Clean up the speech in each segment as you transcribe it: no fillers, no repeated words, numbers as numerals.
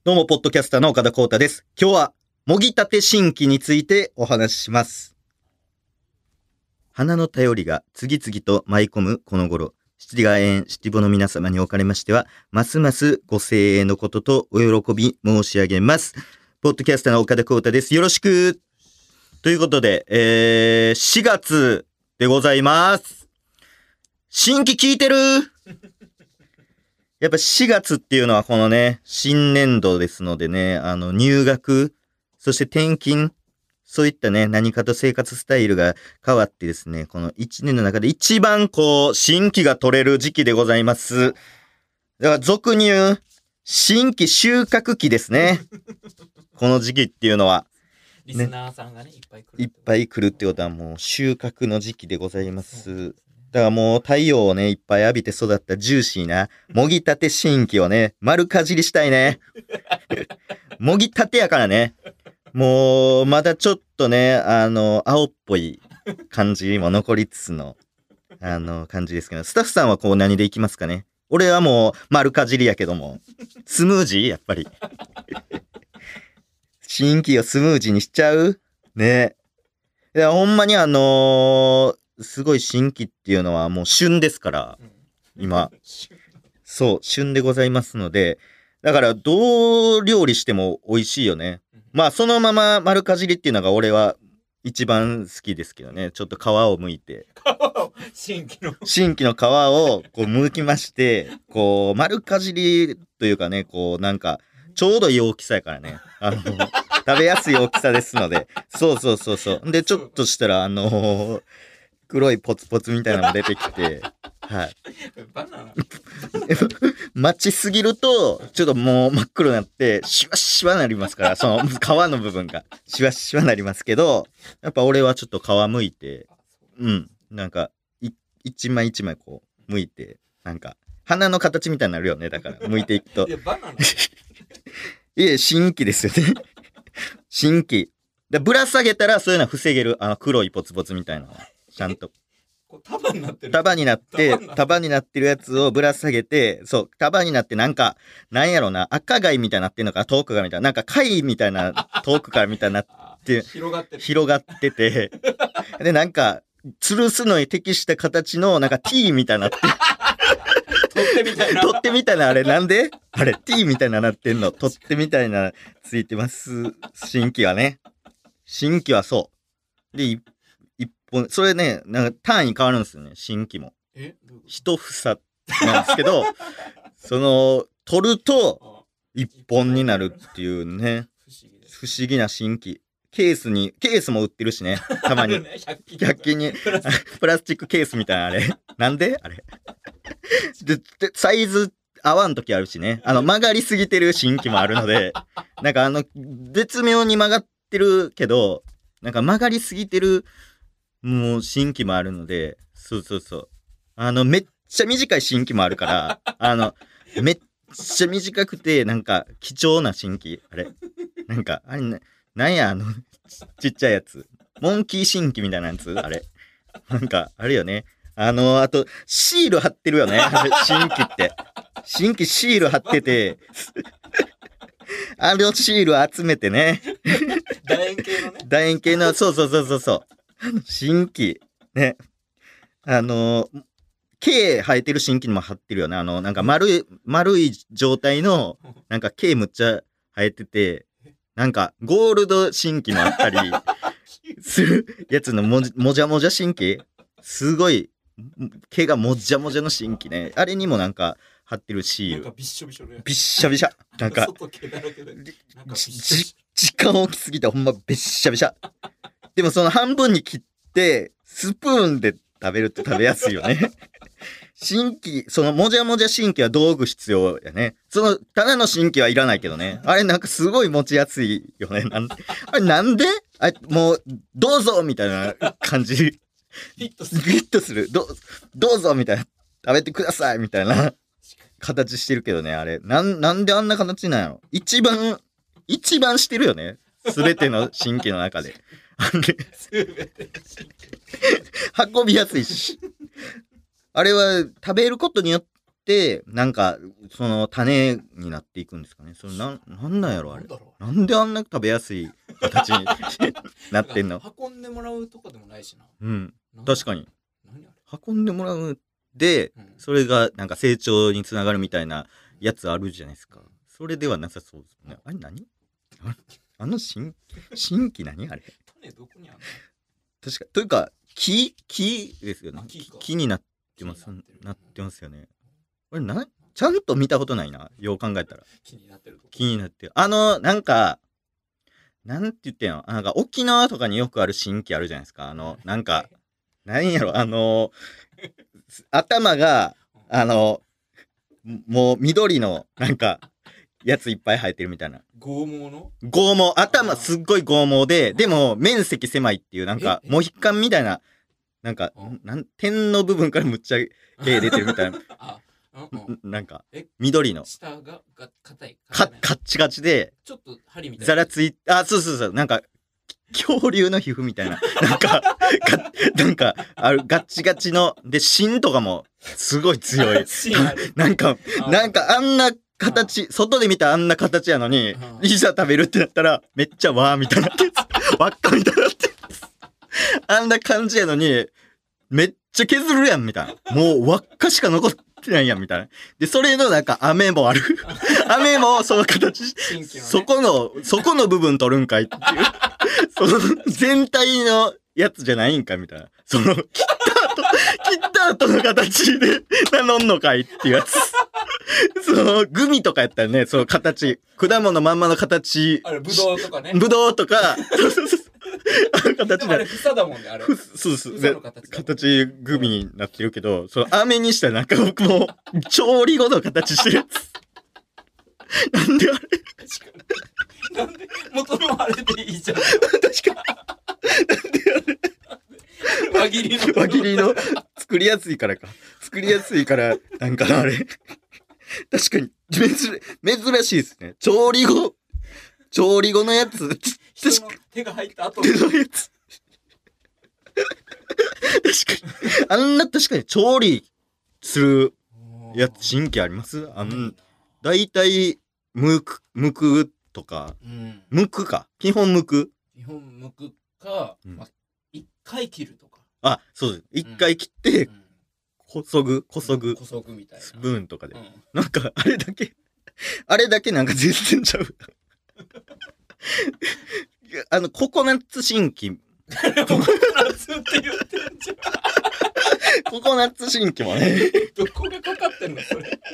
どうも、ポッドキャスターの岡田光太です。今日は、もぎたて新規についてお話しします。花の便りが次々と舞い込むこの頃、七ヶ園七五の皆様におかれましては、ますますご声援のこととお喜び申し上げます。ポッドキャスターの岡田光太です。よろしく。ということで、4月でございます。新規聞いてる？やっぱ4月っていうのはこのね、新年度ですのでね、入学、そして転勤、そういったね、何かと生活スタイルが変わってですね、この1年の中で一番新規が取れる時期でございます。だから俗に言う、新規収穫期ですね。この時期っていうのは。 リスナーさんがね、いっぱい来るってことはもう収穫の時期でございます。だからもう太陽をね、いっぱい浴びて育ったジューシーな、もぎたて新規をね、丸かじりしたいね。もぎたてやからね。もう、まだちょっとね、青っぽい感じも残りつつの、感じですけど、スタッフさんは何でいきますかね。俺はもう、丸かじりやけども、スムージーやっぱり。新規をスムージーにしちゃうね。いや、ほんまにすごい新規っていうのはもう旬ですから、今。そう、旬でございますので、だからどう料理しても美味しいよね。まあそのまま丸かじりっていうのが俺は一番好きですけどね。ちょっと皮を剥いて。新規の皮を剥きまして、丸かじりというかね、なんか、ちょうどいい大きさやからね。食べやすい大きさですので。そう。で、ちょっとしたら、黒いポツポツみたいなのも出てきて、はい。 バナナ待ちすぎると、ちょっともう真っ黒になって、シワシワになりますから、その皮の部分が、シワシワになりますけど、やっぱ俺はちょっと皮むいて、なんか、一枚一枚剥いて、なんか、花の形みたいになるよね、だから、剥いていくと。 いや、バナナいえ、新規ですよね。新規。で、ぶら下げたらそういうのは防げる。黒いポツポツみたいなのは。ちゃんと。 束になってる。 束になってるやつをぶら下げて、そう、束になってなんやろな、赤貝みたいになってんのか、遠くがみたいな、なんか貝みたいな、遠くからみたいになって、 広がってて、で、なんか、吊るすのに適した形の、なんか T みたいになって、 取ってみたいな。 あれなんであれ T みたいななってんの。取っ手みたいなついてます。新規はね。新規はそう。で、一本、それね、なんか単位変わるんですよね。新規も。一房なんですけど、取ると一本になるっていうね。不思議な新規。ケースも売ってるしね。たまに。100均に、プラスチックケースみたいなあれ。なんであれ。で、サイズ合わん時あるしね。曲がりすぎてる新規もあるので、なんか絶妙に曲がってるけど、なんか曲がりすぎてる、もう新規もあるので、そう。めっちゃ短い新規もあるから、めっちゃ短くて、なんか貴重な新規。あれ。なんか、あれなんや、ちっちゃいやつ。モンキー新規みたいなやつあれ。なんか、あるよね。あと、シール貼ってるよね。新規って。新規シール貼ってて、シールを集めてね。 楕円形のね。 楕円形の、そう。新規。ね。毛生えてる新規にも貼ってるよね。なんか丸い状態の、なんか毛むっちゃ生えてて、なんかゴールド新規もあったりするやつのもじゃもじゃ新規。すごい、毛がもじゃもじゃの新規ね。あれにもなんか貼ってるシール。 なんかびっしょびしょね。 びっしゃびしゃ。なんか、時間大きすぎてほんまびっしゃびしゃ。でもその半分に切って、スプーンで食べると食べやすいよね。新規、そのもじゃもじゃ新規は道具必要やね。ただの新規はいらないけどね。あれなんかすごい持ちやすいよね。あれなんでもう、どうぞみたいな感じ。フィットする。どうぞみたいな。食べてくださいみたいな形してるけどね、あれ。なんであんな形なんやろ。一番してるよね。すべての新規の中で。運びやすいし。あれは食べることによって、なんか、その種になっていくんですかね。それなんなんやろ、あれ。 なんだろう。 なんであんな食べやすい形になってんの？ 運んでもらうとかでもないしな。 うん。 なん確かに。 何あれ。 運んでもらうで、 うんそれがなんか成長につながるみたいなやつあるじゃないですかうん。 それではなさそうですね。あれ何？あの新規何あれ？ 種どこにあるの？ 確か、というか、木ですよねあ。木か木になってます。 木になってるなってますよね。これちゃんと見たことないな。よう考えたら。 気になってるとこ。 気になってる。なんか、なんて言ってんの？なんか沖縄とかによくある新規あるじゃないですか。なんか、何やろ、頭が、もう緑の、なんか、やついっぱい生えてるみたいな。 剛毛の剛毛、頭すっごい剛毛で、でも面積狭いっていう、なんか、 えモヒカンみたいな、なんか、点の部分からむっちゃ毛出てるみたいな。 あ、うんうん。 なんかえ、 緑の、 下が硬い。 カ硬めッチカチで、 ちょっと針みたいな。 ざらつい、あ、そうそうそう、なんか、恐竜の皮膚みたいな。なんか、ガッチガチの、で、芯とかも、すごい強い。 芯あるなんかあんな形、外で見たらあんな形やのに、いざ食べるってなったら、めっちゃわーみたいになってる。輪っかみたいになってる。あんな感じやのに、めっちゃ削るやんみたいな。もう輪っかしか残ってないやんみたいな。で、それのなんか飴もある。飴もその形、 新規のねそこの部分取るんかいっていう。その全体のやつじゃないんかみたいな。その、切った後の形で名乗んのかいっていうやつ。その、グミとかやったらね、その形、果物まんまの形。 あれ、ぶどうとかね。 ぶどうとか、あの形だでもあれ、房だもんね、あれ。 そうそう。 房の形だもん。 形グミになってるけど、その飴にしたらなんか僕も調理後の形してるやつ。なんであれ？ 確かに。なんで、元のあれでいいじゃん。 確かに。 輪切りの。 輪切りの作りやすいからか。作りやすいから、なんかあれ。確かに、珍しいですね。調理後のやつ。 人の手が入った後手のやつ。確かに。あんな確かに調理するやつ、新規あります？だいたい、むくとか、むくか。基本むく。 基本むくか、まあ、一回切るとか。 あ、そうです。一回切って、こそぐみたいな。 スプーンとかで。なんか、あれだけなんか全然ちゃう。ココナッツ新規。 ココナッツって言ってんじゃん。 ココナッツ新規もね。 どこがかかってんのそれ。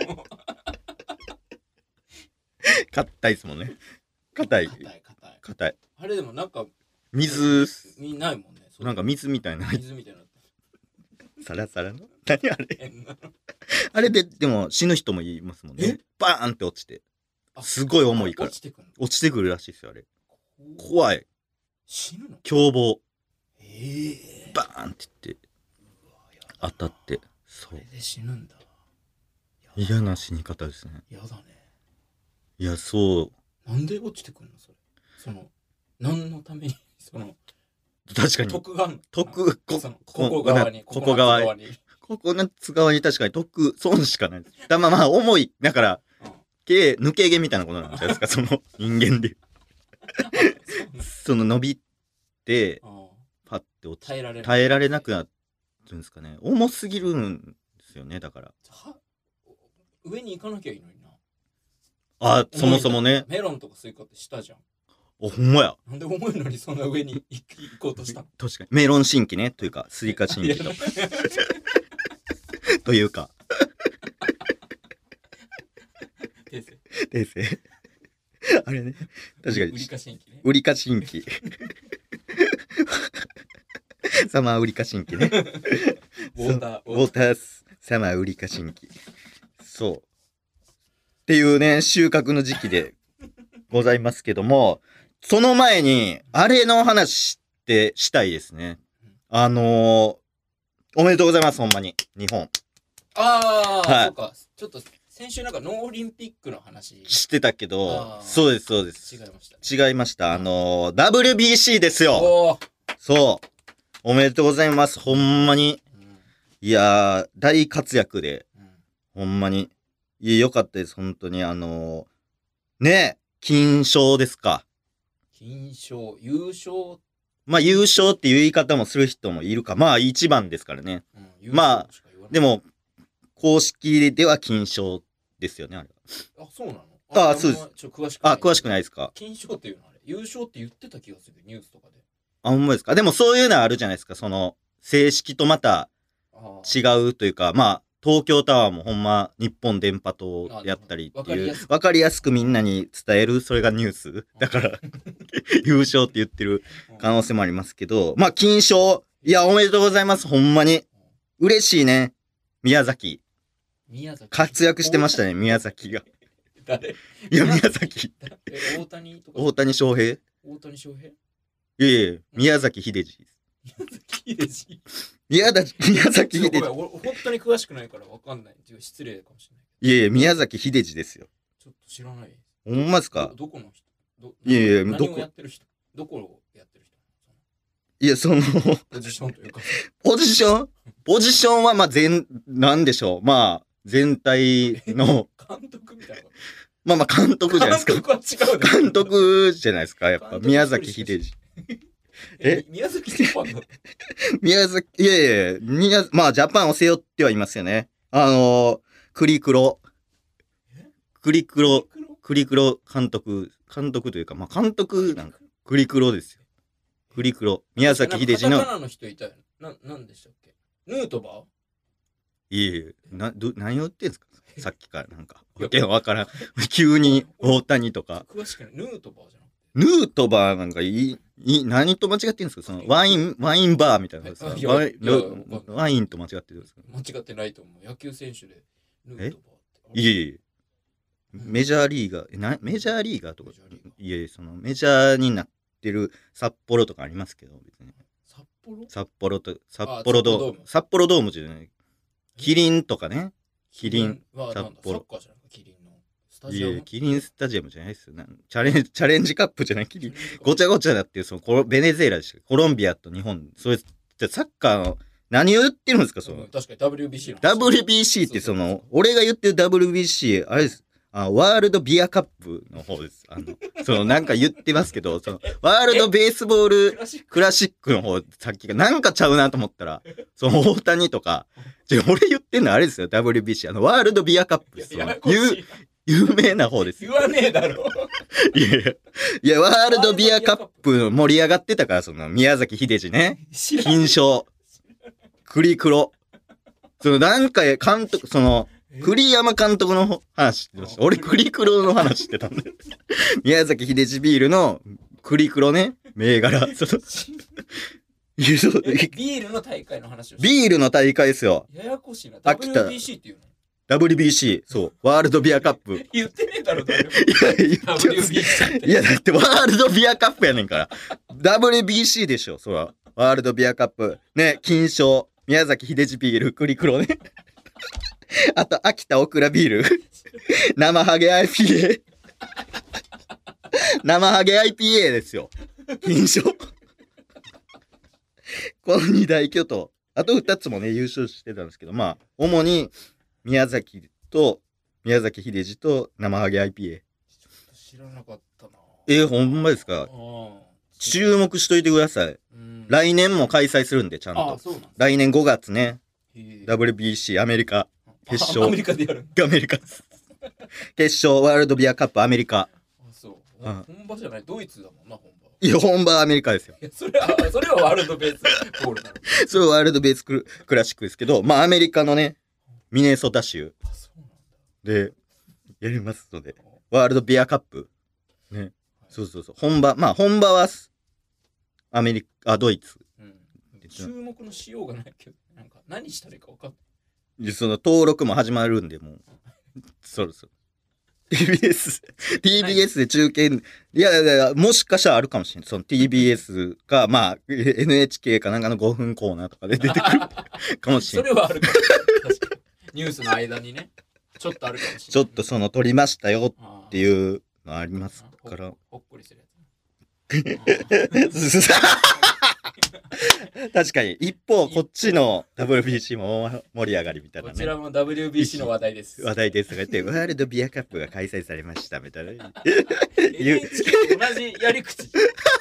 硬いですもんね。硬い。 あれでもなんか、 水、 ないもんね。 なんか水みたいな。 水みたいな。 サラサラの何あれあれでも死ぬ人もいますもんね。バーンって落ちて。すごい重いから。落ちてくるらしいですよ、あれ。怖い。 死ぬの？ 凶暴。バーンって言って。当たって。そう。 それで死ぬんだ。 嫌な死に方ですね。 嫌だね。 いや、そう。 なんで落ちてくるのそれ。何のために、 確かに。 ここ側に。 ここ側に。ココナッツ側に確かに損しかない。まあ、重い。だから、抜け毛みたいなことなんじゃないですか、その人間で。伸びて、パッて落ちて、耐えられなくなるんですかね。重すぎるんですよね、だから。 上に行かなきゃいいのにな。 あ、そもそもね。 メロンとかスイカって下じゃん。 ほんまや。 なんで重いのにそんな上に行こうとしたの？ 確かに。メロン新規ね。というか、スイカ新規と。というか。訂正。あれね。確かに。 ウリカ新規ね。 ウリカ新規。サマーウリカ新規ね。 ウォーターサマーウリカ新規。そう。っていうね、収穫の時期でございますけども、その前に、あれの話ってしたいですね。おめでとうございます、ほんまに。日本。 ああ、そうか。ちょっと、先週なんかノーオリンピックの話してたけど、そうです、そうです。 違いました。 違いました。WBC ですよ。そう。おめでとうございます。ほんまに。いやー、大活躍で。 ほんまに。いや、よかったです、本当に。ね、金賞ですか。 金賞、優勝、 まあ、優勝っていう言い方もする人もいるか。まあ、一番ですからね。 優まあ勝しか言わないでも、公式では金賞ですよね、あれは。 あ、そうなの？ そうです。 詳しくない。 詳しくないですか。 金賞っていうのあれ、優勝って言ってた気がする、ニュースとかで。 ほんまですか。でも、そういうのはあるじゃないですか。正式とまた違うというか、まあ、東京タワーもほんま日本電波塔やったりっていう、わかりやすくみんなに伝える、それがニュース。だから、優勝って言ってる可能性もありますけど、まあ、金賞。いや、おめでとうございます。ほんまに。嬉しいね。宮崎。活躍してましたね、宮崎が。 誰？ いや、宮崎。 大谷とか。 大谷翔平？ 大谷翔平？ いえ、宮崎秀治です。 宮崎秀治。 宮崎秀治。 俺本当に詳しくないからわかんない。失礼かもしれない。 いえ、宮崎秀治ですよ。 ちょっと知らない。 ほんまですか？ どこの人？ いえ、 何をやってる人？どこをやってる人？ いや、 ポジションというか。 ポジションは、まあ、なんでしょう。まあ、全体の。 監督みたいな。 まあ、監督じゃないですか。 監督は違う。 監督じゃないですか、やっぱ。宮崎秀治。 宮崎ジャパンのいやいや、まあ、ジャパンを背負ってはいますよね。クリクロ監督というか、まあ、監督なんか、クリクロですよ。クリクロ。宮崎秀治の。 カタカナの人いたよ。なんでしたっけ？ヌートバー？ いえ、何を言ってんすかさっきからなんか。わけわからん。急に大谷とか。 詳しくない。ヌートバーじゃなくて。 ヌートバーなんか何と間違ってるんですか？ワインバーみたいな。ワインと間違ってるんですか？ 間違ってないと思う。野球選手でヌートバーって。 いえ。メジャーリーガー、メジャーリーガーとか、いえ、メジャーになってる札幌とかありますけど、別に。札幌ドームじゃない。キリンとかね。キリン、札幌。いえ、キリンスタジアムじゃないですよ。チャレンジカップじゃない。キリン。ごちゃごちゃだっていう、ベネズエラでした。コロンビアと日本。それ、サッカーの、何を言ってるんですか、 確かに WBC の。 WBC って俺が言ってる WBC、あれです。ワールドビアカップの方です。なんか言ってますけど、ワールドベースボールクラシックの方、さっきがなんかちゃうなと思ったら、大谷とか、俺言ってんのあれですよ、WBC。ワールドビアカップです。有名な方です。 言わねえだろ。 いや、ワールドビアカップ盛り上がってたから、宮崎秀治ね。金賞。クリクロ。なんか監督、栗山監督の話してました。俺、クリクロの話してたんで。宮崎秀治ビールのクリクロね、銘柄。 ビールの大会の話をして。 ビールの大会ですよ。 ややこしいな。WBC っていうの？ WBC、そう。ワールドビアカップ。 言ってねえだろ、誰も。 WBC。いや、だってワールドビアカップやねんから。WBC でしょ、そら。ワールドビアカップ。ね、金賞。宮崎秀治ビール、クリクロね。あと、秋田オクラビール。生ハゲ IPA。生ハゲ IPA ですよ。金賞。この二大巨頭。あと二つもね、優勝してたんですけど、まあ、主に、宮崎秀治と生ハゲ IPA。 知らなかったな。 ほんまですか？注目しといてください。来年も開催するんで、ちゃんと。来年5月ね。WBC アメリカ。決勝。 アメリカでやる。 アメリカです。決勝、ワールドビアカップアメリカ。 本場じゃない、ドイツだもんな、本場。 いや、本場アメリカですよ。 それはワールドベースボールなの。 それはワールドベースクラシックですけど、まあ、アメリカのね、ミネソタ州でやりますので、ワールドビアカップ。ね。そう。本場はドイツ。 注目のしようがないけど、なんか何したらいいか分かんない。 登録も始まるんで、もう。そう。TBS で中継、いや、もしかしたらあるかもしれない。TBS か、まあ、NHK かなんかの5分コーナーとかで出てくるかもしれない。 それはあるかも。確かに。ニュースの間にね、ちょっとあるかもしれない。 ちょっと撮りましたよっていうのありますから。 ほっこりするやつ。 確かに一方こっちの WBC も盛り上がりみたいなね。 こちらも WBC の話題です。 話題ですとか言ってワールドビアカップが開催されましたみたいな。 NHK と同じやり口。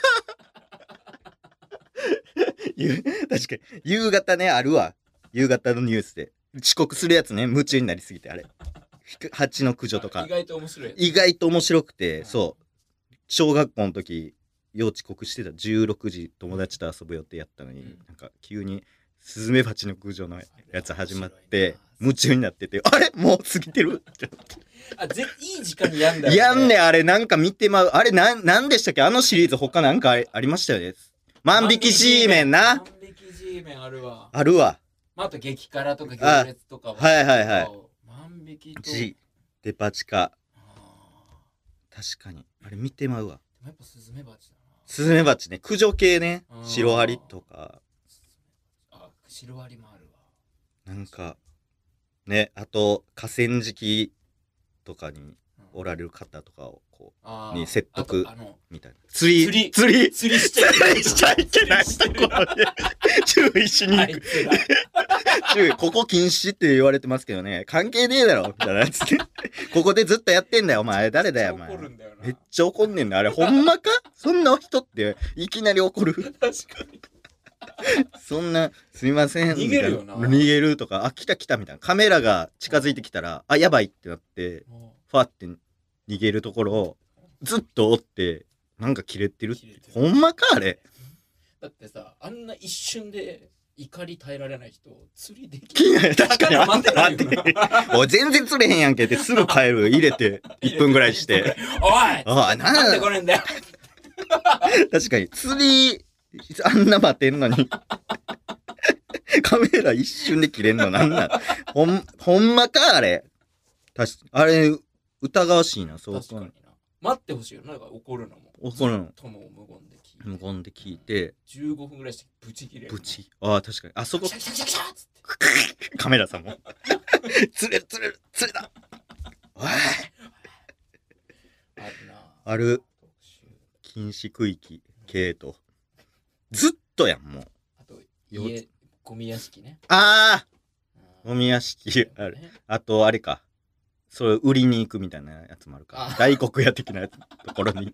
確かに夕方ねあるわ。夕方のニュースで遅刻するやつね、夢中になりすぎて、あれ蜂の駆除とか意外と面白い。 意外と面白くて、そう小学校の時よう遅刻してた。16時友達と遊ぶ予定やったのに、なんか急にスズメバチの駆除のやつ始まって夢中になってて、あれもう過ぎてるっていい時間にやんだよね。 やんね、あれなんか見てまう。あれなんでしたっけ、あのシリーズ他なんかありましたよね。万引き G メンな。 万引き G メンあるわ。 あるわ。 あと激辛とか行列とかは。 はいはいはい。 万引きと G デパ地下。確かにあれ見てまうわ。 やっぱスズメバチだな。 スズメバチね、駆除系ね、シロアリとか。 シロアリもあるわ。 なんかね、あと河川敷とかにおられる方とかをこうに説得みたいな。釣りしちゃいけないところで注意しに行く。ここ禁止って言われてますけどね、関係ねえだろみたいなやつでここでずっとやってんだよお前、誰だよお前。めっちゃ怒んねんだあれ。ほんまかそんな人っていきなり怒る。確かにそんなすみません逃げるよな。 逃げるとか、あ来た来たみたいな、カメラが近づいてきたらあやばいってなってファって逃げるところをずっと追ってなんか切れてるって。ほんまかあれ。 だってさ、あんな一瞬で怒り耐えられない人釣りできない。 確かに待っておい全然釣れへんやんけってすぐ帰る。入れて1分ぐらいしておいなんでこれんだよ。 確かに釣りあんな待てんのにカメラ一瞬で切れんのなんなん。ほんまかあれ。あれ疑わしいな。そう確かにな。待ってほしいよ。なんか怒るのも。 怒るの。 とも無言で聞いて。 無言で聞いて。 15分ぐらいしてブチ切れる。 ブチ。ああ確かに。あそこ。 来たカメラさんも。釣れだ。おい。 あるな。 ある。禁止区域系と。ずっとやんもう。 あとゴミ屋敷ね。 ああ。ゴミ屋敷ある。あとあれか。それ売りに行くみたいなやつもあるから、大黒屋的なやつところに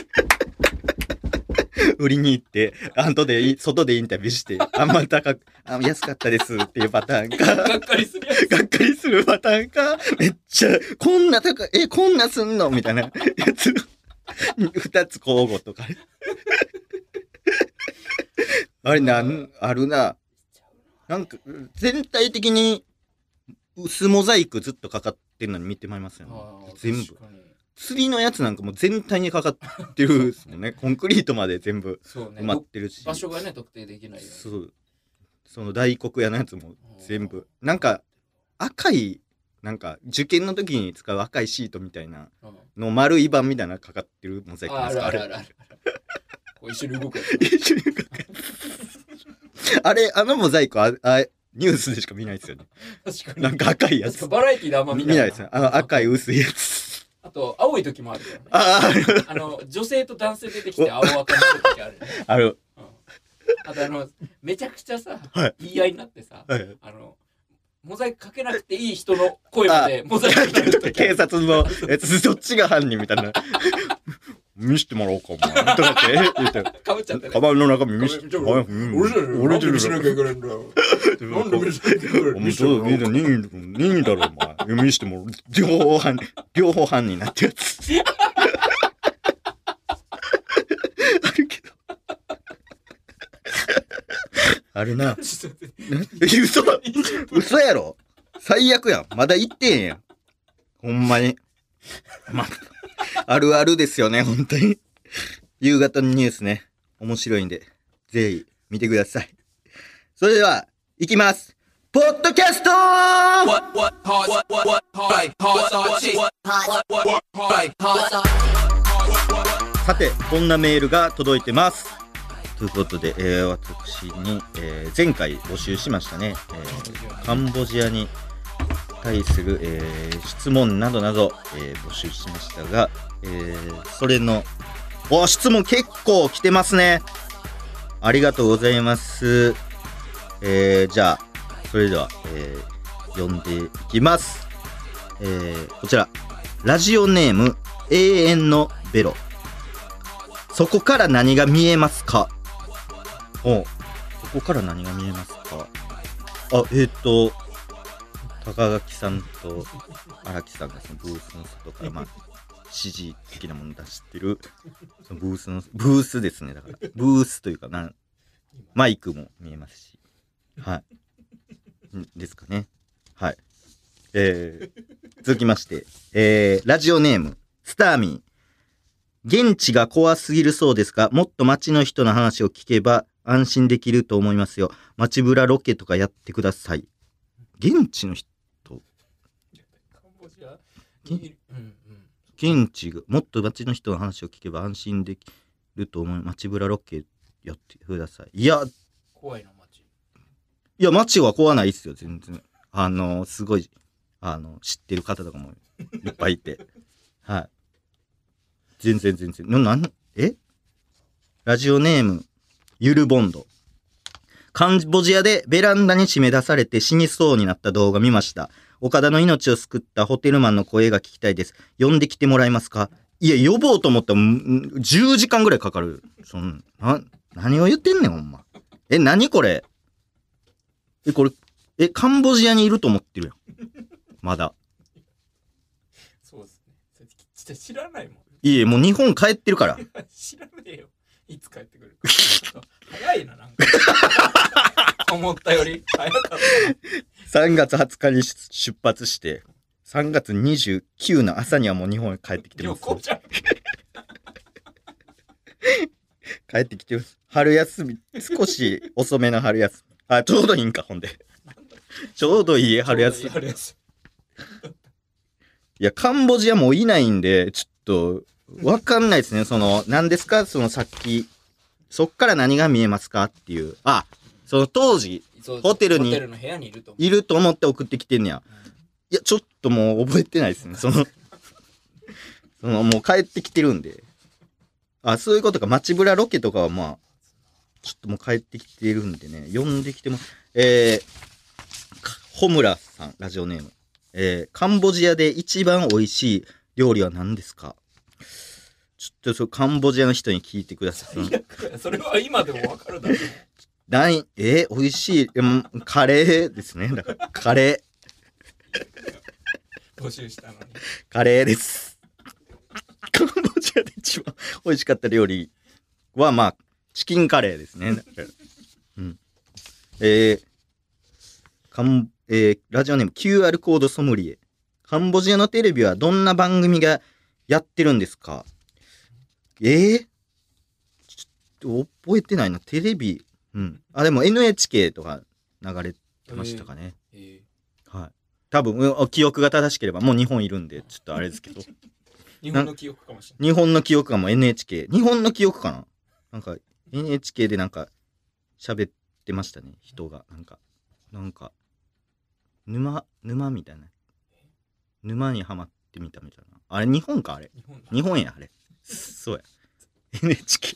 売りに行って後で外でインタビューしてあんま高く安かったですっていうパターンかがっかりするパターンか、めっちゃこんな高いこんなすんのみたいなやつ2つ交互とかあれあるな。なんか全体的に薄モザイクずっとかかってるのに見てまいりますよね。全部釣りのやつなんかもう全体にかかってるですもんね。コンクリートまで全部埋まってるし、 場所がね特定できないよね。 そうその大黒屋のやつも全部なんか赤いなんか受験の時に使う赤いシートみたいなの丸い板みたいなかかってるモザイクなんですか。 一緒に動くやつあのモザイクニュースでしか見ないですよね。 確かに。 なんか赤いやつ。 バラエティーであんま見ないですよ。赤い薄いやつ。 あと青い時もあるからね。女性と男性出てきて青赤になる時ある。 ある。 あとめちゃくちゃさ言い合いになってさ、モザイクかけなくていい人の声までモザイクかける時。 警察のやつどっちが犯人みたいな。見してもらおうかお前とかってかぶっちゃってね。 カバンの中身見してもらおう。 俺じゃ見しなきゃいけないんだよ。なんで見しなきゃいけないんだよ。 お前そう任意だろお前。見してもらう。両方犯人になってやつ。あるけど。あるな。嘘やろ。最悪やん。まだ言ってへんやん。ほんまに。あるあるですよね、本当に。夕方のニュースね、面白いんで、ぜひ見てください。それでは、いきます。ポッドキャストさて、こんなメールが届いてます。ということで、私に、前回募集しましたね、カンボジアに対する、質問などなど、募集しましたが、それの質問結構来てますね。 ありがとうございます。じゃあ、それでは、読んでいきます。こちら、ラジオネーム、永遠のベロ。そこから何が見えますか？そこから何が見えますか？高垣さんと荒木さんがそのブースの外から、まあ、指示的なものを出してる、そのブースですね。だから、ブースというかマイクも見えますし。はい。ですかね。はい。続きまして、ラジオネーム、スターミー。現地が怖すぎるそうですが、もっと街の人の話を聞けば安心できると思いますよ。街ブラロケとかやってください。現地の人？現地がもっと街の人の話を聞けば安心できると思う。街ブラロケやってください。いや、 怖いな街。 いや、街は怖ないっすよ、全然。すごい、知ってる方とかもいっぱいいて。はい。全然。ラジオネーム、ゆるボンド。カンボジアでベランダに締め出されて死にそうになった動画見ました。岡田の命を救ったホテルマンの声が聞きたいです。呼んできてもらえますか？いや、呼ぼうと思ったら10時間ぐらいかかる。何を言ってんねん、ほんま。何これ？カンボジアにいると思ってるやん。まだ。 そうですね。知らないもん。 いえ、もう日本帰ってるから。 知らねえよ。いつ帰ってくるか。早いな、なんか。思ったより早かった。 3月20日に出発して、3月29の朝にはもう日本へ帰ってきてます。 旅行じゃん。 帰ってきてます。春休み、少し遅めの春休み。ちょうどいいんか、ほんで。ちょうどいい春休み。いや、カンボジアもういないんで、ちょっと、わかんないですね。何ですか？さっき、そっから何が見えますかっていう。その当時、ホテルの部屋にいると思って送ってきてんねや。いや、ちょっともう覚えてないですね。もう帰ってきてるんで。そういうことか。街ブラロケとかはまあ、ちょっともう帰ってきてるんでね。呼んできても、ホムラさん、ラジオネーム。カンボジアで一番美味しい料理は何ですか？ちょっとカンボジアの人に聞いてください。 それは今でもわかるだろう。 美味しい、カレーですね。だからカレー。募集したのに。 カレーです。カンボジアで一番美味しかった料理は、まあ、チキンカレーですね。うん。ラジオネーム QR コードソムリエ。カンボジアのテレビはどんな番組がやってるんですか？ちょっと覚えてないな。テレビ。でも NHK とか流れてましたかね。はい。多分、記憶が正しければ、もう日本いるんで、ちょっとあれですけど。 日本の記憶かもしれない。 日本の記憶がもう NHK。日本の記憶かな？なんか、NHK でなんか、喋ってましたね、人が。なんか、沼みたいな。沼にはまってみたみたいな。あれ、日本か、あれ。日本や、あれ。そうや。NHK。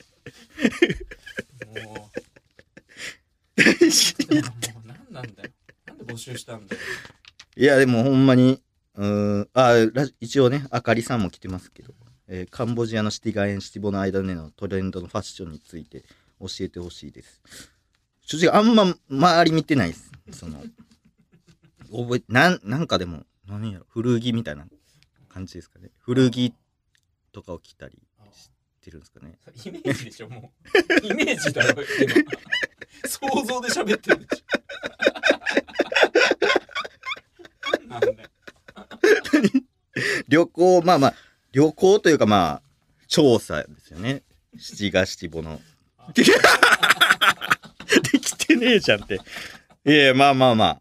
もう何なんだよ。なんで募集したんだよ。 いや、でもほんまに、一応ね、あかりさんも来てますけど、カンボジアのシティガエンシティボの間でのトレンドのファッションについて教えてほしいです。正直あんま周り見てないです。なんかでも、何やろ、古着みたいな感じですかね。古着とかを着たりしてるんですかね。 イメージでしょ、もう。イメージだろ、今。想像で喋ってるでしょ。なんだよ。 旅行というかまあ、調査ですよね。七が七五の。できてねえじゃんって。いや、まあ。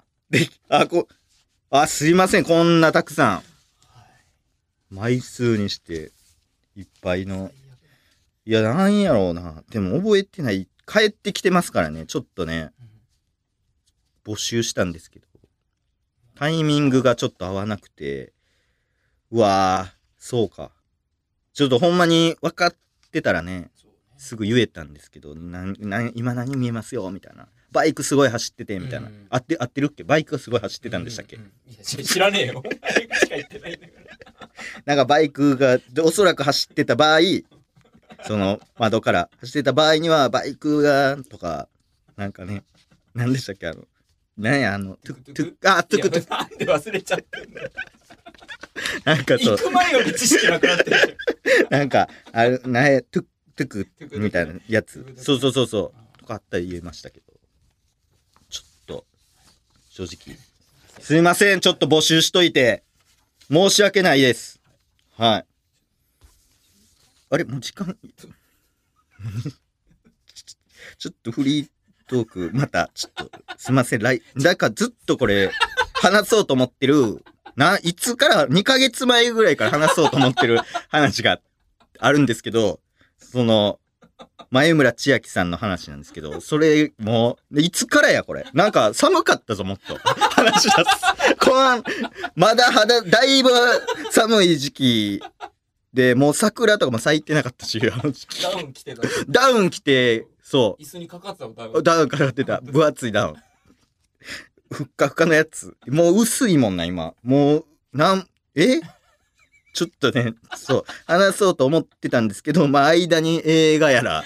すいません、こんなたくさん。枚数にして、いっぱいの。いや、なんやろうな。でも覚えてない。帰ってきてますからね。ちょっとね、募集したんですけど、タイミングがちょっと合わなくて、そうか。ちょっとほんまに分かってたらね、 すぐ言えたんですけど、今何見えますよみたいな。バイクすごい走っててみたいな。合ってるっけ？バイクがすごい走ってたんでしたっけ？ いや知らねえよ。バイクしか言ってないんだから。 なんかバイクがおそらく走ってた場合、その窓から走ってた場合にはバイクがとかなんかね、何でしたっけ、なんやトゥクトゥクなんで忘れちゃってんだよ。 なんかそう行く前より知識なくなってる。 なんかトゥクみたいなやつ、そうとかあったら言えましたけど、ちょっと正直すいません、ちょっと募集しといて申し訳ないです。はい。あれもう時間ちょっとフリートークまたちょっとすいません。だからずっとこれ話そうと思ってるいつから2ヶ月前ぐらいから話そうと思ってる話があるんですけど、その前村千秋さんの話なんですけど、それもういつからやこれ。なんか寒かったぞもっと話し出す。まだだいぶ寒い時期で、もう桜とかも咲いてなかったし、 ダウン着てた。 ダウン着て、そう。 椅子にかかってた。 ダウンかかってた。分厚いダウン。ふっかふかのやつ。もう薄いもんな、今。もう、ちょっとね、そう、話そうと思ってたんですけど、まあ、間に映画やら、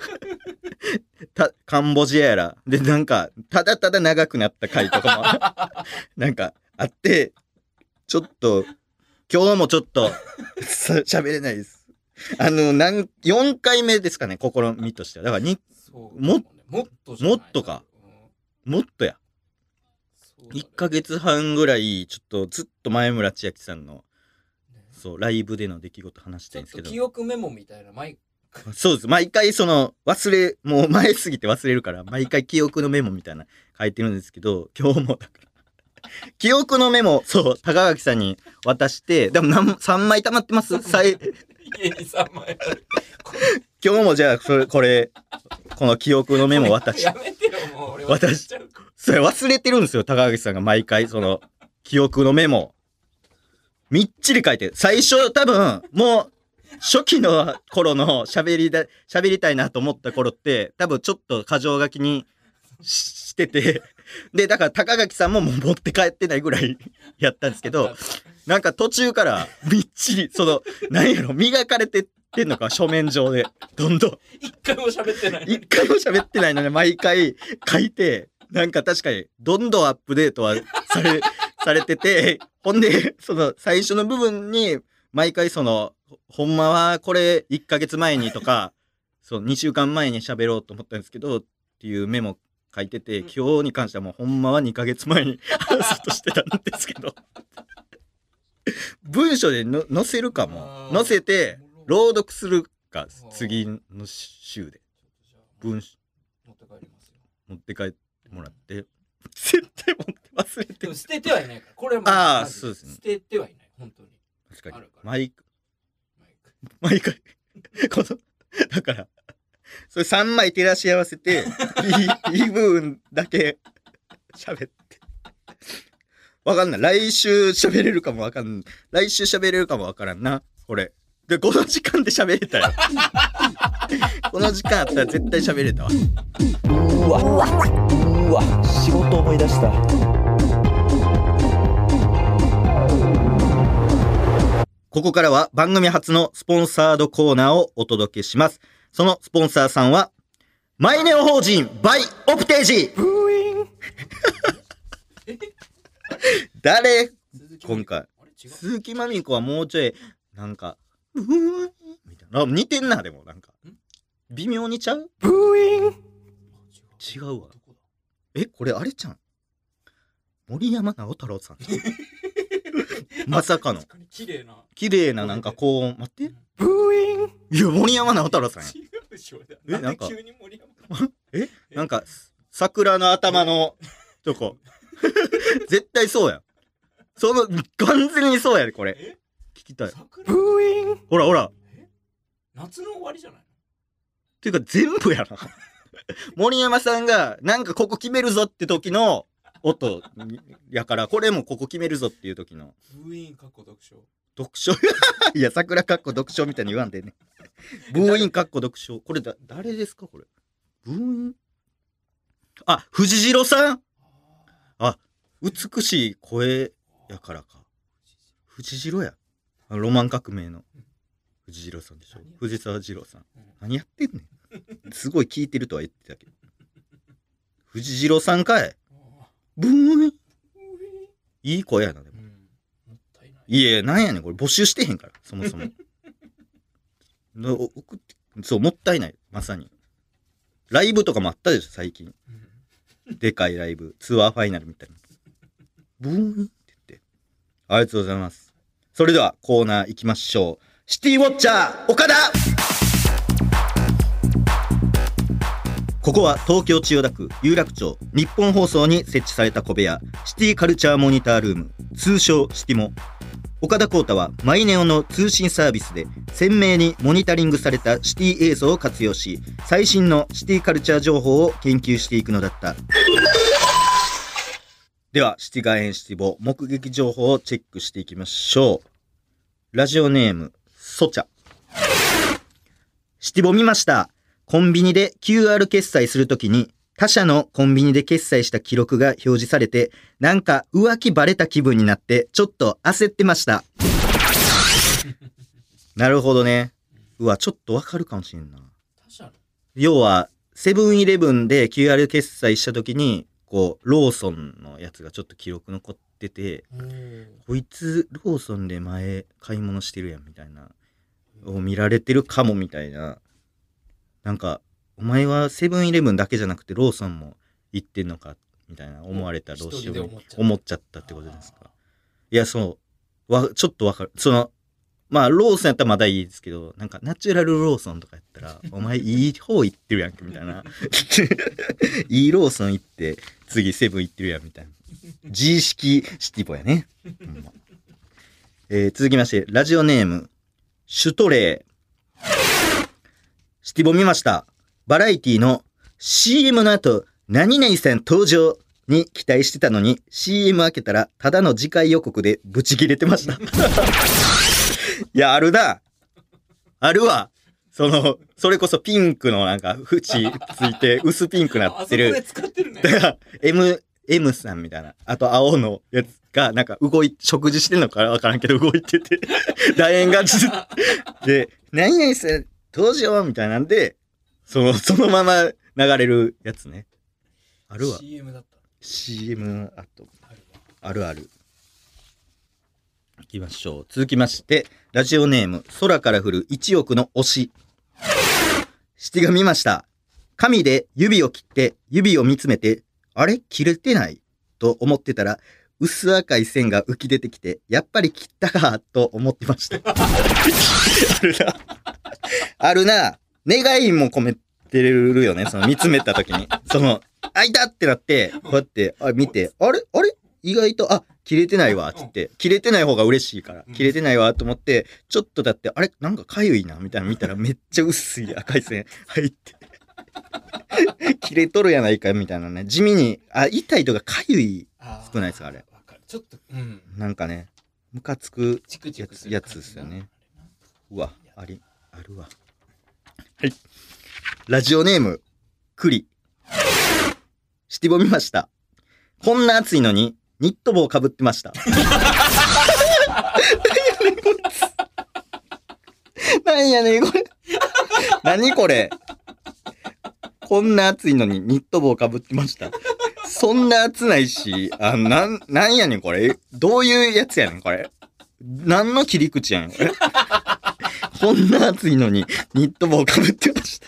カンボジアやら、で、なんか、ただただ長くなった回とかも、なんか、あって、ちょっと、今日もちょっと喋れないです。4回目ですかね、試みとしては。だからもっとか。もっとや。1ヶ月半ぐらい、ちょっとずっと前村千秋さんの、そう、ライブでの出来事話したいんですけど。 記憶メモみたいな、 そうです。毎回もう前すぎて忘れるから、毎回記憶のメモみたいな書いてるんですけど、今日もだから。記憶のメモ、そう、高垣さんに渡して、でも3枚溜まってます家に 3枚。 今日もじゃあ、この記憶のメモ渡して。 やめてよ、もう俺渡しちゃう。 それ忘れてるんですよ、高垣さんが毎回、記憶のメモ。みっちり書いて、最初多分、もう、初期の頃の喋りたいなと思った頃って、多分ちょっと箇条書きにしてて、で、だから高垣さんももう持って帰ってないぐらいやったんですけど、なんか途中からみっちり、何やろ、磨かれてってんのか、書面上で。どんどん。 一回も喋ってないので、毎回書いて、なんか確かに、どんどんアップデートはされてて、ほんで、最初の部分に、毎回ほんまはこれ1ヶ月前にとか、2週間前に喋ろうと思ったんですけど、っていうメモ書いてて、今日に関してはもうほんまは2ヶ月前に話そうとしてたんですけど、文章で載せるかも。載せて、朗読するか、次の週で。文章。持って帰ってもらって。絶対持って忘れてる。 でも捨ててはいないから。これも。 そうですね。 捨ててはいない。本当に。 確かに。毎回。だから、それ3枚照らし合わせて、いい部分だけ喋って。わかんない。来週喋れるかもわからんな。これ。で、この時間で喋れたよ。この時間あったら絶対喋れたわ。うわ、仕事思い出した。ここからは番組初のスポンサードコーナーをお届けします。そのスポンサーさんは、マイネオ法人バイオプテージ。誰？今回鈴木まみこはもうちょいなんかみたいな、似てんな。でもなんか微妙にちゃう？違うわ。これあれちゃん、森山直太朗さん。まさかの綺麗ななんかこう、待って、いや森山直太朗さんや。なんかなんか桜の頭のとこ絶対そうやん。完全にそうやで、これ。聞きたい。ほら。 夏の終わりじゃないの？ っていうか全部やな。森山さんがなんかここ決めるぞって時の音やから、これもここ決めるぞっていう時の。 ブーインかっこ読書。 いや、桜かっこ読書みたいに言わんでね。 ブーインかっこ読書。これ誰ですかこれ。ブーイン。あ、藤次郎さん。あ、美しい声やからか。藤次郎や。ロマン革命の藤次郎さんでしょ。藤沢次郎さん。何やってんねん。すごい聞いてるとは言ってたけど。藤次郎さんかい。ブーン。いい声やな、でも。いや、なんやねん、これ募集してへんから、そもそも。そう、もったいない。まさに。ライブとかもあったでしょ、最近。でかいライブ。ツアーファイナルみたいな。ブーンって言って。ありがとうございます。それではコーナー行きましょう。シティウォッチャー岡田。ここは東京千代田区有楽町日本放送に設置された小部屋、シティカルチャーモニタールーム、通称シティモ。岡田浩太はマイネオの通信サービスで鮮明にモニタリングされたシティ映像を活用し、最新のシティカルチャー情報を研究していくのだった。ではシティガエンシティボ目撃情報をチェックしていきましょう。ラジオネームソチャ。シティボ見ました。コンビニで QR 決済するときに他社のコンビニで決済した記録が表示されて、なんか浮気バレた気分になってちょっと焦ってました。なるほどね。うわ、ちょっとわかるかもしれんな。要はセブンイレブンで QR 決済したときにこうローソンのやつがちょっと記録残ってて、こいつローソンで前買い物してるやんみたいなを見られてるかもみたいな。なんかお前はセブンイレブンだけじゃなくてローソンも行ってんのかみたいな思われたらどうしよう思っちゃったってことですか。いや、そうちょっとわかる。まあローソンやったらまだいいですけど、なんかナチュラルローソンとかやったらお前いい方行ってるやんけみたいな。いいローソン行って次セブン行ってるやんみたいな。自意識シティボやね。続きましてラジオネームシュトレー。シティボ見ました。バラエティの CM の後、何々さん登場に期待してたのに CM 開けたらただの次回予告でブチ切れてました。いや、あるな。あるわ。それこそピンクのなんか縁ついて薄ピンクなってる。 使ってるね。 だから M さんみたいな。あと青のやつがなんか食事してんのかわからんけど動いてて。楕円がで、何々さん登場みたいなんで、そのまま流れるやつね。あるわ。 CM だった。 CM あるある。行きましょう。続きまして、ラジオネーム、空から降る1億の推し。シティが見ました。紙で指を切って指を見つめて、あれ切れてないと思ってたら、薄赤い線が浮き出てきて、やっぱり切ったかと思ってました。あるな。あるな。願いも込めてるよね。見つめた時に。開いたってなって、こうやって、見て、あれ意外と、切れてないわ、つって。切れてない方が嬉しいから。切れてないわ、と思って、ちょっとだって、あれなんかかゆいな、みたいな見たらめっちゃ薄い赤い線入って。切れとるやないか、みたいなね。地味に、痛いとかかゆい少ないですか、あれ。 ちょっと、 なんかね、ムカつくやつですよね。うわ、あるわ。はい。ラジオネーム、クリ。シティボ見ました。こんな暑いのに、ニット帽かぶってました。なんやねんこれ。何これ。こんな暑いのにニット帽かぶってました。そんな暑ないし、なんやねんこれ。どういうやつやねんこれ。何の切り口やねんこれ。こんな暑いのにニット帽かぶってました。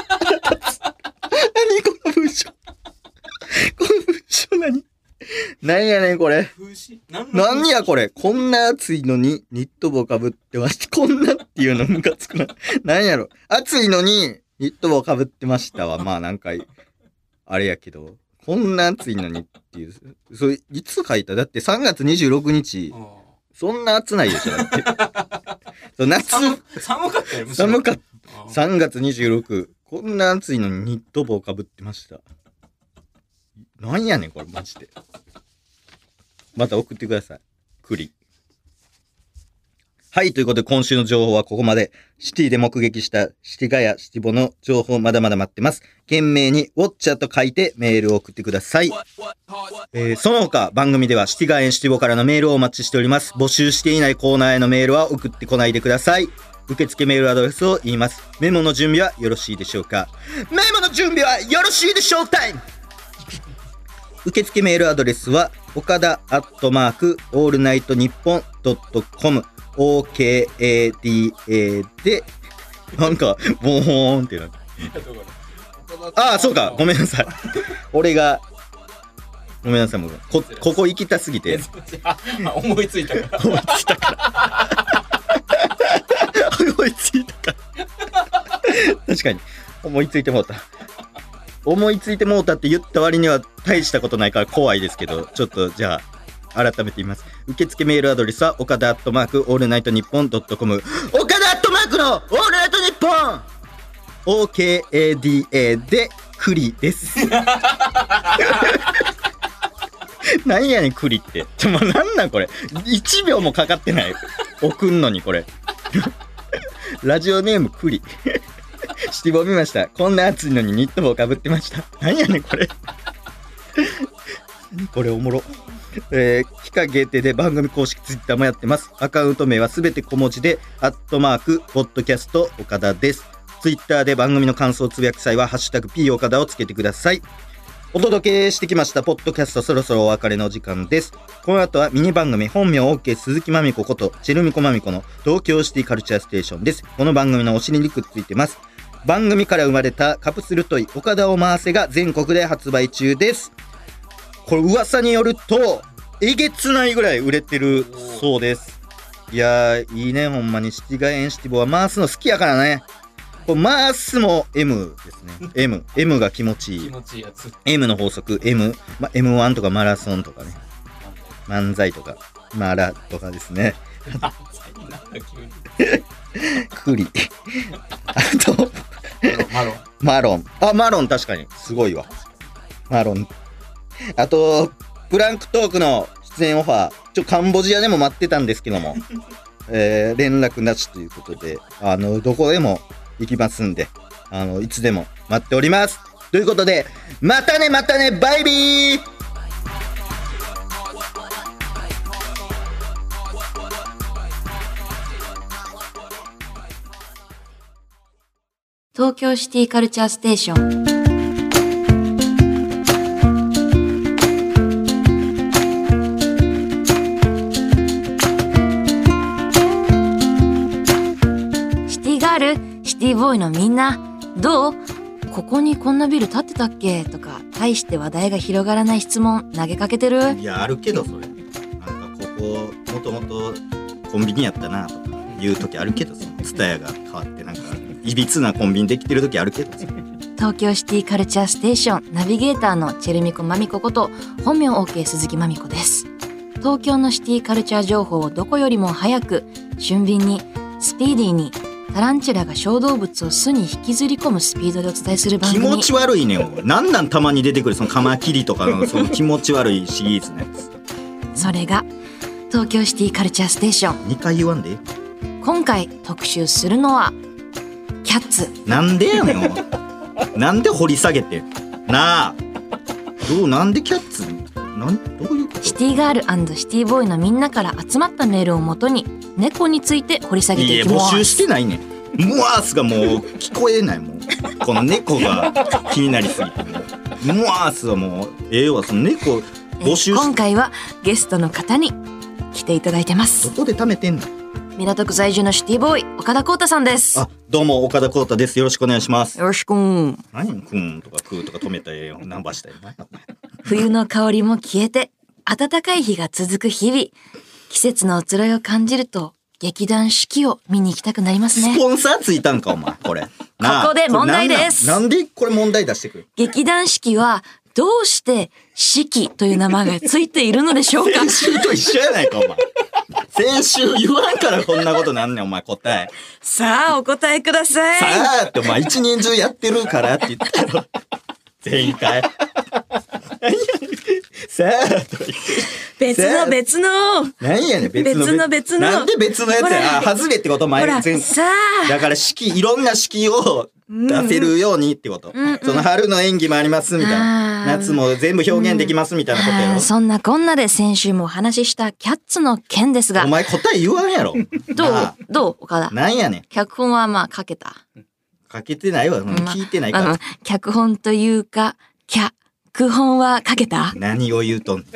何この文章。この文章何やねんこれ。何やこれ。こんな暑いのにニット帽かぶってました。こんなっていうのムカつくな。何やろ。暑いのにニット帽かぶってましたはまあなんかあれやけど、こんな暑いのにっていう。それいつ書いた？だって3月26日。そんな暑ないでしょだって。 寒かったよ。 寒かった。3月26。こんな暑いのにニット帽かぶってました。なんやねんこれマジで。また送ってください。栗。 はい、ということで今週の情報はここまで。シティで目撃したシティガヤ、シティボの情報まだまだ待ってます。懸命にウォッチャーと書いてメールを送ってください。その他番組ではシティガヤシティボからのメールをお待ちしております。募集していないコーナーへのメールは送ってこないでください。受付メールアドレスを言います。メモの準備はよろしいでしょうか？メモの準備はよろしいでしょうタイム。受付メールアドレスは岡田アットマークオールナイトニッポンドットコム OKADA でなんかボーンってなああそうかごめんなさい俺がごめんなさいもうここ行きたすぎて思いついたから思いついたから確かに思いついてもうたって言った割には大したことないから怖いですけど、ちょっとじゃあ改めて言います。受付メールアドレスは岡田アットマークオールナイトニッポンドットコム、岡田アットマークのオールナイトニッポン OKADA でクリです何やねんクリってもうなんなんこれ1秒もかかってない送んのにこれラジオネームクリシティボ見ました。こんな暑いのにニット帽かぶってました。何やねんこれこれおもろ。期間限定で番組公式ツイッターもやってます。アカウント名はすべて小文字でアットマークポッドキャスト岡田です。ツイッターで番組の感想をつぶやく際はハッシュタグ P 岡田をつけてください。お届けしてきましたポッドキャスト、そろそろお別れの時間です。この後はミニ番組本名 OK 鈴木まみこことチェルミコまみこの東京シティカルチャーステーションです。この番組のお尻にくっついてます。番組から生まれたカプセルトイ岡田を回せが全国で発売中です。これ噂によるとえげつないぐらい売れてるそうです。いやーいいねほんまに。シティガエンシティボは回すの好きやからね。これ回すも M ですね。M が気持ちいい。 気持ちいいやつ。 M の法則 M、M1 とかマラソンとかね。漫才とかマラとかですね。クリあとマロンマロン確かにすごいわマロン。あとプランクトークの出演オファーカンボジアでも待ってたんですけども連絡なしということでどこでも行きますんでいつでも待っておりますということでまたねバイビー。 東京シティカルチャーステーション。シティガール、シティボーイのみんな、どう？ここにこんなビル建ってたっけとか、大して話題が広がらない質問投げかけてる？ いやあるけどそれなんかここもともとコンビニやったなとかいう時あるけどツタヤが変わってなんかいびつなコンビニできてる時あるけど東京シティカルチャーステーションナビゲーターのチェルミコまみここと本名 OK 鈴木まみこです。東京のシティカルチャー情報をどこよりも早く俊敏にスピーディーにタランチュラが小動物を巣に引きずり込むスピードでお伝えする番組。 気持ち悪いねなんたまに出てくるそのカマキリとかのその気持ち悪いシリーズのやつそれが東京シティカルチャーステーション。 2回言わんで。 今回特集するのはキャッツ。 なんでやねんなんで掘り下げてなあなんでキャッツどういうこと？ シティガール&シティボーイのみんなから集まったメールをもとに猫について掘り下げていきます。 募集してないねん。ムワースがもう聞こえないもんこの猫が気になりすぎてムワースはもうわその猫募集今回はゲストの方に来ていただいてます。 どこで貯めてんの？ 港区在住のシティボーイ岡田光太さんです。 どうも岡田光太です。よろしくお願いします。 よろしく。 何くんとかくーとか止めたナンバーしたよ冬の香りも消えて暖かい日が続く日々、季節の移ろいを感じると劇団四季を見に行きたくなりますね。 スポンサーついたんかお前これここで問題です。 なんでこれ問題出してくる？ 劇団四季はどうして四季という名前がついているのでしょうか？ 先週と一緒やないかお前先週言わんからこんなことなんねんお前答え。 さあお答えください。 さあってお前一年中やってるからって言ったよ前回さあ別の何やねん別のなんで別のやつや。あ、外れってこと前ほら前さあだから式、いろんな式を出せるようにってこと。 うんうんその春の演技もありますみたいな。 あー夏も全部表現できますみたいなことやろ。 そんなこんなで先週もお話ししたキャッツの件ですがお前答え言わんやろ。 どうなあどう岡田なんやねん。 脚本はまあ書けたかけてないわ。聞いてないから。 脚本というか脚本は書けた何を言うとんねん。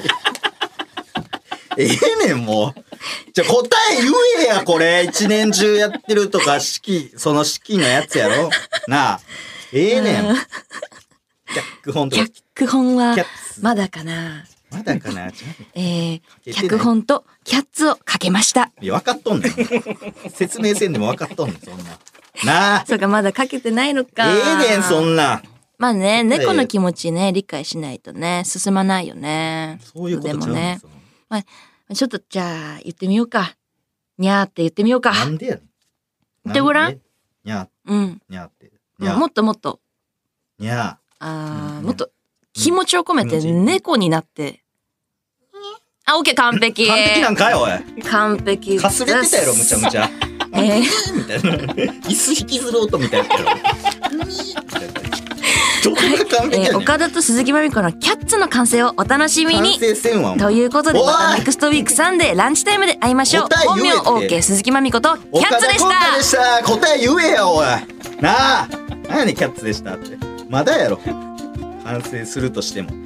ええねん、もう。答え言えや、これ。一年中やってるとか、その式のやつやろ。なあ。ええねん。脚本とか。 脚本はキャッツまだかなまだかな。 脚本とキャッツをかけましたいや、分かっとんねん。説明せんでも分かっとんねん、そんな。なあ。 そうかまだかけてないのかええねん、そんな。 まあね猫の気持ちね理解しないとね進まないよねそういうことちゃうでもねそのちょっとじゃあ言ってみようかにゃーって言ってみようかなんでやねん。 言ってごらんなんでにゃうんー、にゃーって。にゃー、 もっともっとにゃもっと気持ちを込めて気持ち猫になってオッケー完璧ー。完璧なんかよ、おい。 完璧ですかすれてたやろ、むちゃむちゃ。みたいな。椅子引きずる音みたいなやろ。どこが完璧やねん。 岡田と鈴木まみこのキャッツの完成をお楽しみ完に成せんわ、お前ということでおいまたネクストウィークサンデーランチタイムで会いましょう答え本名言えって OK 鈴木まみことキャッツでし岡田たでした答え言えやおいなあ何やねんキャッツでしたってまだやろ完成するとしても